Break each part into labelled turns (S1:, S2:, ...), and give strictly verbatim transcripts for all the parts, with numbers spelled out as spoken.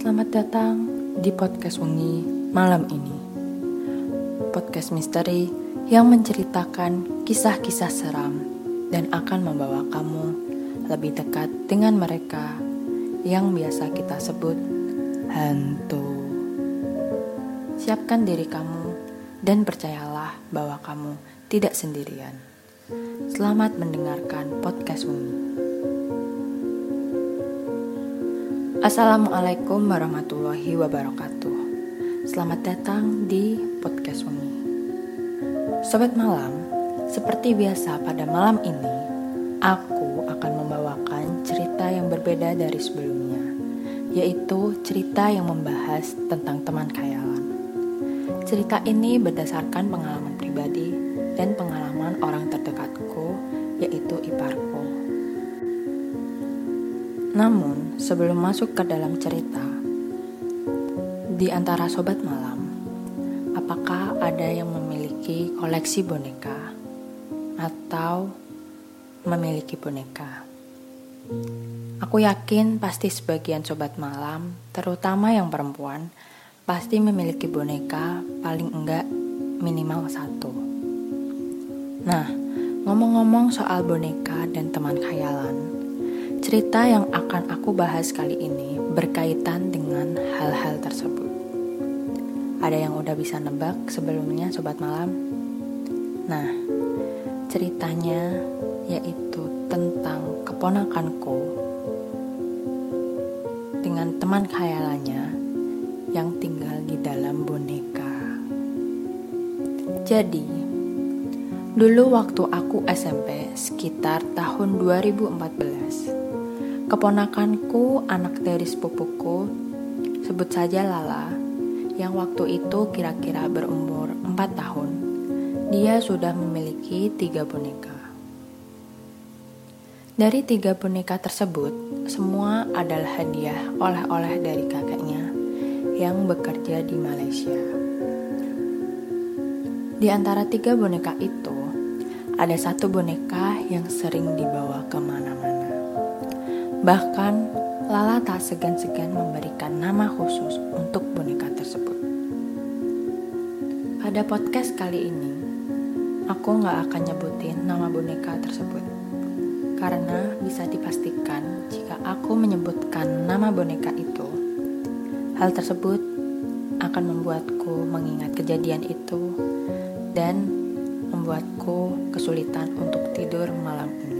S1: Selamat datang di podcast Wengi malam ini. Podcast misteri yang menceritakan kisah-kisah seram dan akan membawa kamu lebih dekat dengan mereka yang biasa kita sebut hantu. Siapkan diri kamu dan percayalah bahwa kamu tidak sendirian. Selamat mendengarkan podcast Wengi. Assalamualaikum warahmatullahi wabarakatuh. Selamat datang di podcast Wengi. Sobat malam, seperti biasa pada malam ini, aku akan membawakan cerita yang berbeda dari sebelumnya, yaitu cerita yang membahas tentang teman khayalan. Cerita ini berdasarkan pengalaman pribadi dan pengalaman orang terdekatku, yaitu iparku. Namun, sebelum masuk ke dalam cerita, di antara sobat malam, apakah ada yang memiliki koleksi boneka atau memiliki boneka? Aku yakin pasti sebagian sobat malam, terutama yang perempuan, pasti memiliki boneka paling enggak minimal satu. Nah, ngomong-ngomong soal boneka dan teman khayalan, cerita yang akan aku bahas kali ini berkaitan dengan hal-hal tersebut. Ada yang udah bisa nebak sebelumnya sobat malam? Nah, ceritanya yaitu tentang keponakanku dengan teman khayalannya yang tinggal di dalam boneka. Jadi, dulu waktu aku S M P sekitar tahun dua ribu empat belas, keponakanku, anak dari sepupuku, sebut saja Lala, yang waktu itu kira-kira berumur empat tahun, dia sudah memiliki tiga boneka. Dari tiga boneka tersebut, semua adalah hadiah oleh-oleh dari kakeknya yang bekerja di Malaysia. Di antara tiga boneka itu, ada satu boneka yang sering dibawa kemana-mana. Bahkan, Lala tak segan-segan memberikan nama khusus untuk boneka tersebut. Pada podcast kali ini, aku gak akan nyebutin nama boneka tersebut. Karena bisa dipastikan jika aku menyebutkan nama boneka itu, hal tersebut akan membuatku mengingat kejadian itu dan membuatku kesulitan untuk tidur malam ini.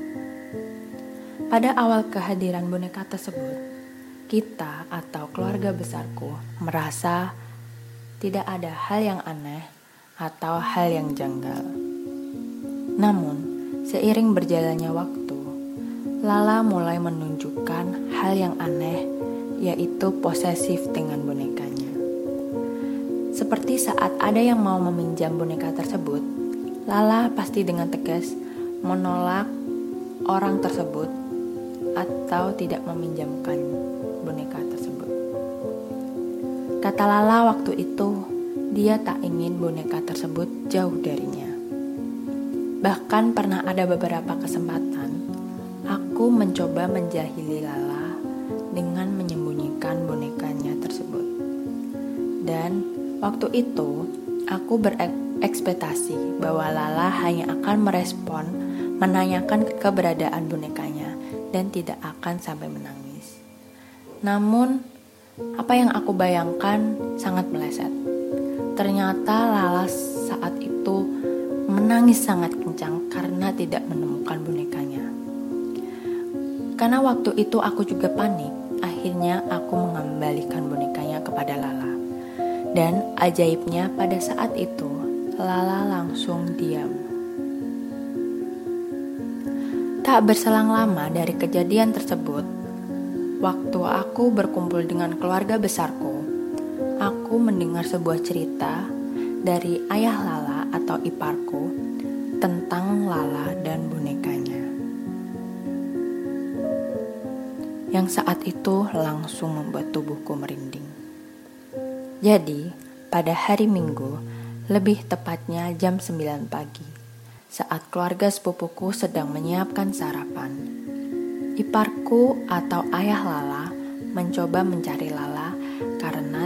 S1: Pada awal kehadiran boneka tersebut, kita atau keluarga besarku merasa tidak ada hal yang aneh atau hal yang janggal. Namun, seiring berjalannya waktu, Lala mulai menunjukkan hal yang aneh, yaitu posesif dengan bonekanya. Seperti saat ada yang mau meminjam boneka tersebut, Lala pasti dengan tegas menolak orang tersebut atau tidak meminjamkan boneka tersebut. Kata Lala waktu itu, dia tak ingin boneka tersebut jauh darinya. Bahkan pernah ada beberapa kesempatan, aku mencoba menjahili Lala dengan menyembunyikan bonekanya tersebut. Dan waktu itu, aku berekspektasi bahwa Lala hanya akan merespon, menanyakan keberadaan bonekanya, dan tidak akan sampai menangis. Namun, apa yang aku bayangkan sangat meleset. Ternyata Lala saat itu menangis sangat kencang karena tidak menemukan bonekanya. Karena waktu itu aku juga panik, akhirnya aku mengembalikan bonekanya kepada Lala. Dan ajaibnya pada saat itu, Lala langsung diam. Tak berselang lama dari kejadian tersebut, waktu aku berkumpul dengan keluarga besarku, aku mendengar sebuah cerita dari ayah Lala atau iparku tentang Lala dan bonekanya. Yang saat itu langsung membuat tubuhku merinding. Jadi, pada hari Minggu, lebih tepatnya jam sembilan pagi, saat keluarga sepupuku sedang menyiapkan sarapan, iparku atau ayah Lala mencoba mencari Lala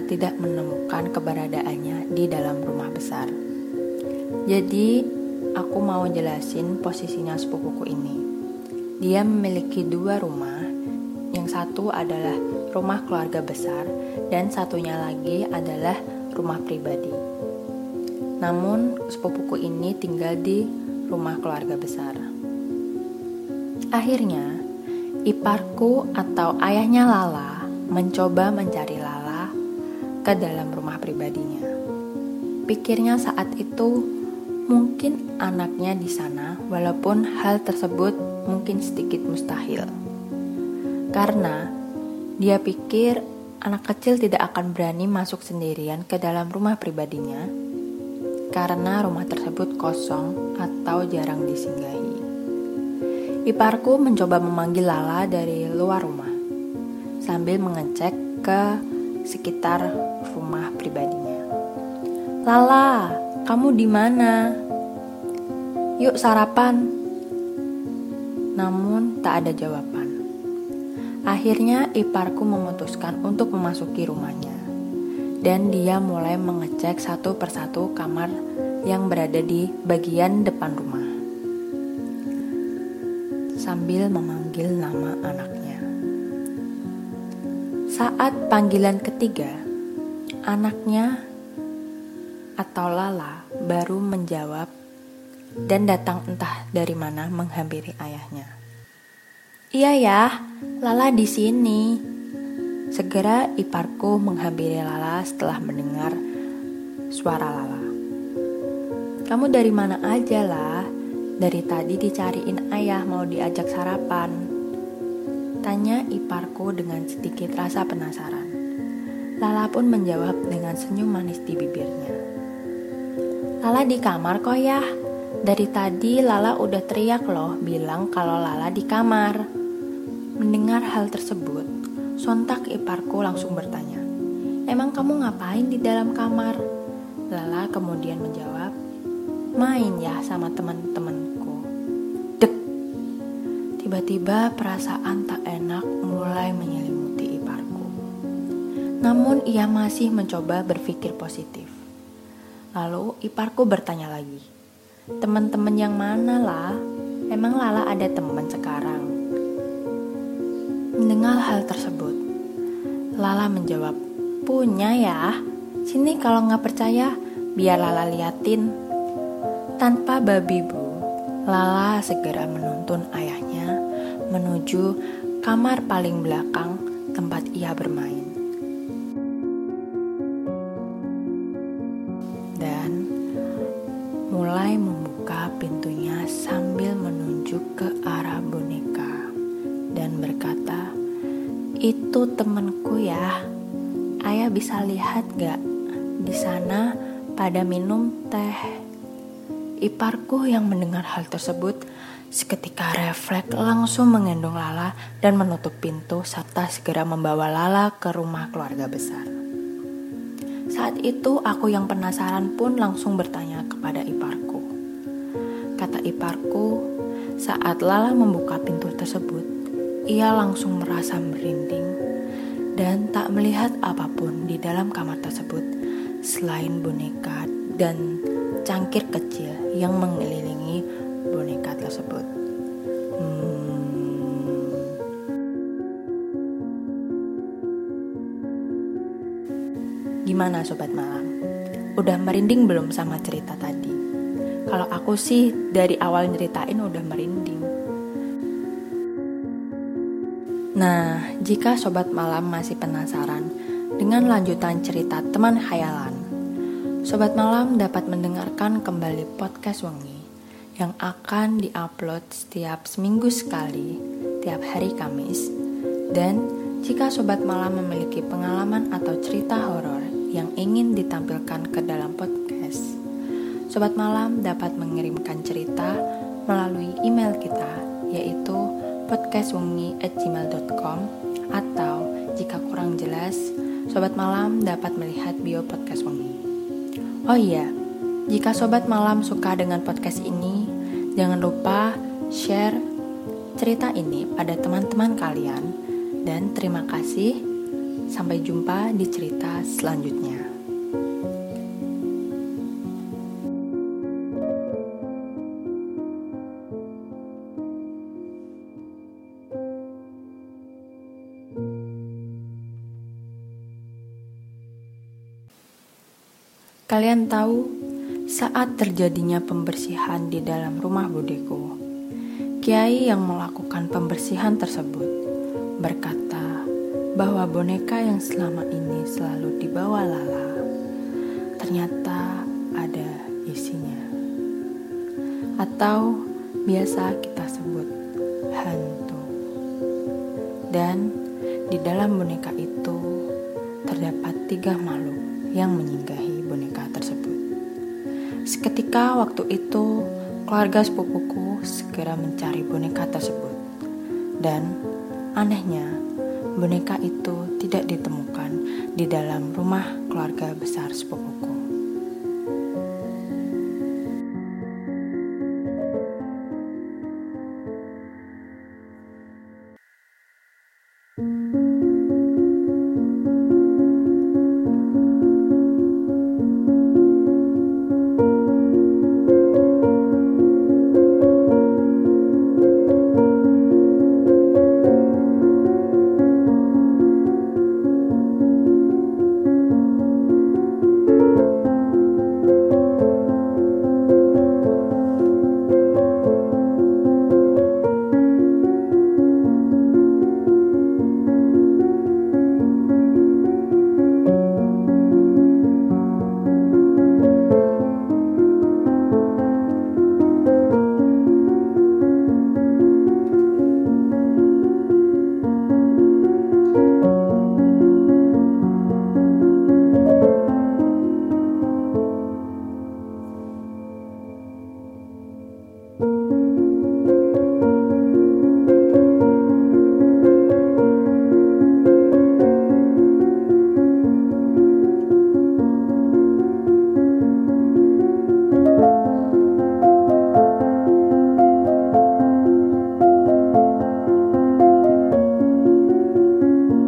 S1: karena tidak menemukan keberadaannya di dalam rumah besar. Jadi, aku mau jelasin posisinya sepupuku ini. Dia memiliki dua rumah. Yang satu adalah rumah keluarga besar dan satunya lagi adalah rumah pribadi. Namun, sepupuku ini tinggal di rumah keluarga besar. Akhirnya, iparku atau ayahnya Lala mencoba mencari Lala ke dalam rumah pribadinya. Pikirnya saat itu mungkin anaknya di sana, walaupun hal tersebut mungkin sedikit mustahil. Karena dia pikir anak kecil tidak akan berani masuk sendirian ke dalam rumah pribadinya karena rumah tersebut kosong atau jarang disinggahi. Iparku mencoba memanggil Lala dari luar rumah sambil mengecek ke sekitar rumah pribadinya. Lala, kamu di mana? Yuk sarapan. Namun tak ada jawaban. Akhirnya iparku memutuskan untuk memasuki rumahnya dan dia mulai mengecek satu persatu kamar yang berada di bagian depan rumah sambil memanggil nama anaknya. Saat panggilan ketiga, anaknya atau Lala baru menjawab dan datang entah dari mana menghampiri ayahnya. Iya ya, Lala di sini. Segera iparku menghampiri Lala setelah mendengar suara Lala. Kamu dari mana aja lah? Dari tadi dicariin ayah mau diajak sarapan. Tanya iparku dengan sedikit rasa penasaran. Lala pun menjawab dengan senyum manis di bibirnya. Lala di kamar kok ya. Dari tadi Lala udah teriak loh bilang kalau Lala di kamar. Mendengar hal tersebut, sontak iparku langsung bertanya, emang kamu ngapain di dalam kamar? Lala kemudian menjawab, main ya sama teman-temanku. Dek. Tiba-tiba perasaan tak enak mulai menyelimuti iparku. Namun ia masih mencoba berpikir positif. Lalu iparku bertanya lagi, teman-teman yang mana lah? Emang Lala ada teman sekarang? Mendengar hal tersebut, Lala menjawab, punya ya. Sini kalau nggak percaya, biar Lala liatin. Tanpa babi bu, Lala segera menuntun ayahnya menuju kamar paling belakang tempat ia bermain. Dan mulai membuka pintunya sambil menunjuk ke arah boneka dan berkata, itu temanku ya. Ayah bisa lihat gak? Di sana pada minum teh. Iparku yang mendengar hal tersebut seketika refleks langsung menggendong Lala dan menutup pintu serta segera membawa Lala ke rumah keluarga besar. Saat itu aku yang penasaran pun langsung bertanya kepada iparku. Kata iparku, saat Lala membuka pintu tersebut, ia langsung merasa merinding dan tak melihat apapun di dalam kamar tersebut selain boneka dan cangkir kecil yang mengelilingi boneka tersebut. Hmm. Gimana sobat malam? Udah merinding belum sama cerita tadi? Kalau aku sih dari awal nyeritain udah merinding. Nah, jika sobat malam masih penasaran dengan lanjutan cerita teman khayalan, sobat malam dapat mendengarkan kembali podcast Wengi yang akan diupload setiap seminggu sekali, tiap hari Kamis. Dan jika sobat malam memiliki pengalaman atau cerita horor yang ingin ditampilkan ke dalam podcast, sobat malam dapat mengirimkan cerita melalui email kita, yaitu podcastwengi at gmail dot com, atau jika kurang jelas, sobat malam dapat melihat bio podcast Wengi. Oh iya, jika sobat malam suka dengan podcast ini, jangan lupa share cerita ini pada teman-teman kalian. Dan terima kasih. Sampai jumpa di cerita selanjutnya. Kalian tahu, saat terjadinya pembersihan di dalam rumah budeku, kiai yang melakukan pembersihan tersebut berkata bahwa boneka yang selama ini selalu dibawa Lala ternyata ada isinya, atau biasa kita sebut hantu. Dan di dalam boneka itu terdapat tiga makhluk yang menyinggahi boneka tersebut. Seketika waktu itu, keluarga sepupuku segera mencari boneka tersebut. Dan anehnya, boneka itu tidak ditemukan di dalam rumah keluarga besar sepupuku.